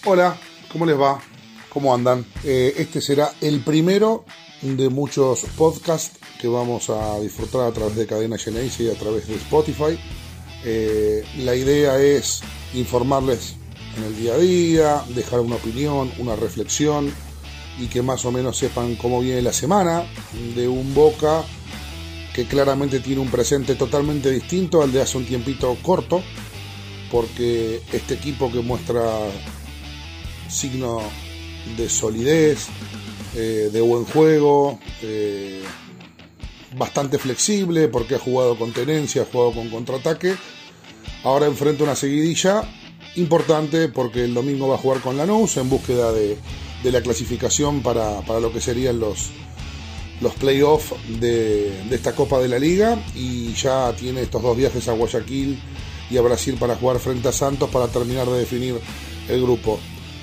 Hola, ¿cómo les va? ¿Cómo andan? Este será el primero de muchos podcasts que vamos a disfrutar a través de Cadena Geneise y a través de Spotify. La idea es informarles en el día a día, dejar una opinión, una reflexión y que más o menos sepan cómo viene la semana de un Boca que claramente tiene un presente totalmente distinto al de hace un tiempito corto, porque este equipo que muestra signo de solidez, de buen juego, bastante flexible porque ha jugado con tenencia, ha jugado con contraataque, ahora enfrenta una seguidilla importante porque el domingo va a jugar con Lanús en búsqueda de la clasificación para lo que serían los playoffs de esta Copa de la Liga, y ya tiene estos dos viajes a Guayaquil y a Brasil para jugar frente a Santos para terminar de definir el grupo.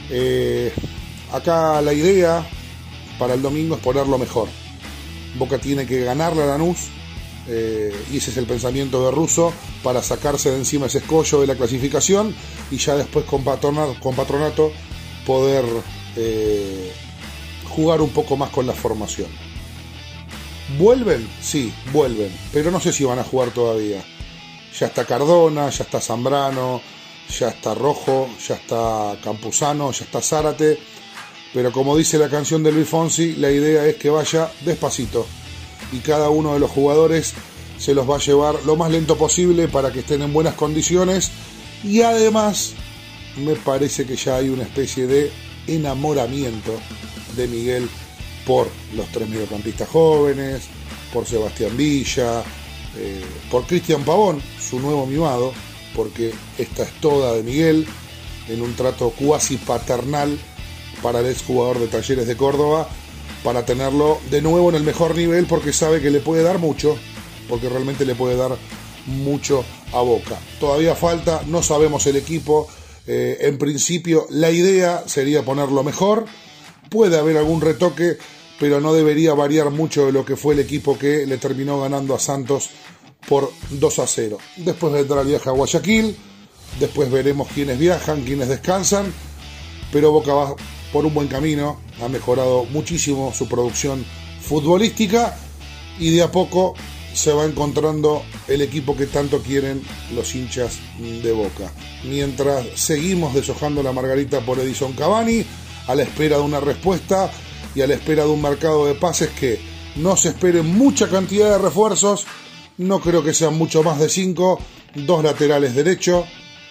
Acá la idea para el domingo es ponerlo mejor. Boca tiene que ganarle a Lanús, y ese es el pensamiento de Russo, para sacarse de encima ese escollo de la clasificación y ya después con Patronato poder jugar un poco más con la formación. ¿Vuelven? Sí, vuelven, pero no sé si van a jugar todavía. Ya está Cardona, ya está Zambrano, ya está Rojo, ya está Campuzano, ya está Zárate, pero como dice la canción de Luis Fonsi, la idea es que vaya despacito y cada uno de los jugadores se los va a llevar lo más lento posible para que estén en buenas condiciones, y además me parece que ya hay una especie de enamoramiento de Miguel por los tres mediocampistas jóvenes, por Sebastián Villa, por Cristian Pavón, su nuevo mimado, porque esta es toda de Miguel, en un trato cuasi paternal para el exjugador de Talleres de Córdoba, para tenerlo de nuevo en el mejor nivel, porque sabe que le puede dar mucho, porque realmente le puede dar mucho a Boca. Todavía falta, no sabemos el equipo, en principio la idea sería ponerlo mejor, puede haber algún retoque, pero no debería variar mucho de lo que fue el equipo que le terminó ganando a Santos por 2-0. Después vendrá el viaje a Guayaquil, después veremos quiénes viajan, quiénes descansan, pero Boca va por un buen camino, ha mejorado muchísimo su producción futbolística y de a poco se va encontrando el equipo que tanto quieren los hinchas de Boca. Mientras seguimos deshojando la margarita por Edison Cavani, a la espera de una respuesta y a la espera de un mercado de pases que no se espere mucha cantidad de refuerzos. No creo que sean mucho más de 5, 2 laterales derechos,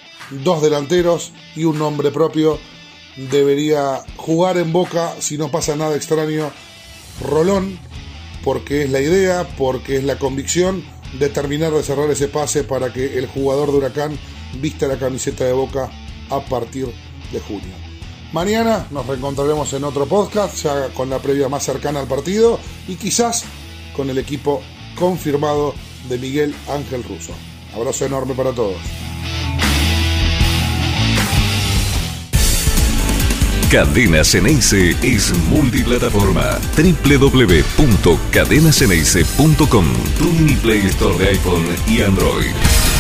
2 delanteros y un nombre propio. Debería jugar en Boca, si no pasa nada extraño, Rolón, porque es la idea, porque es la convicción de terminar de cerrar ese pase para que el jugador de Huracán vista la camiseta de Boca a partir de junio. Mañana nos reencontraremos en otro podcast, ya con la previa más cercana al partido y quizás con el equipo confirmado de Miguel Ángel Russo. Abrazo enorme para todos. Cadena Geneise es multiplataforma. www.cadenageneise.com, tu mini Play Store de iPhone y Android.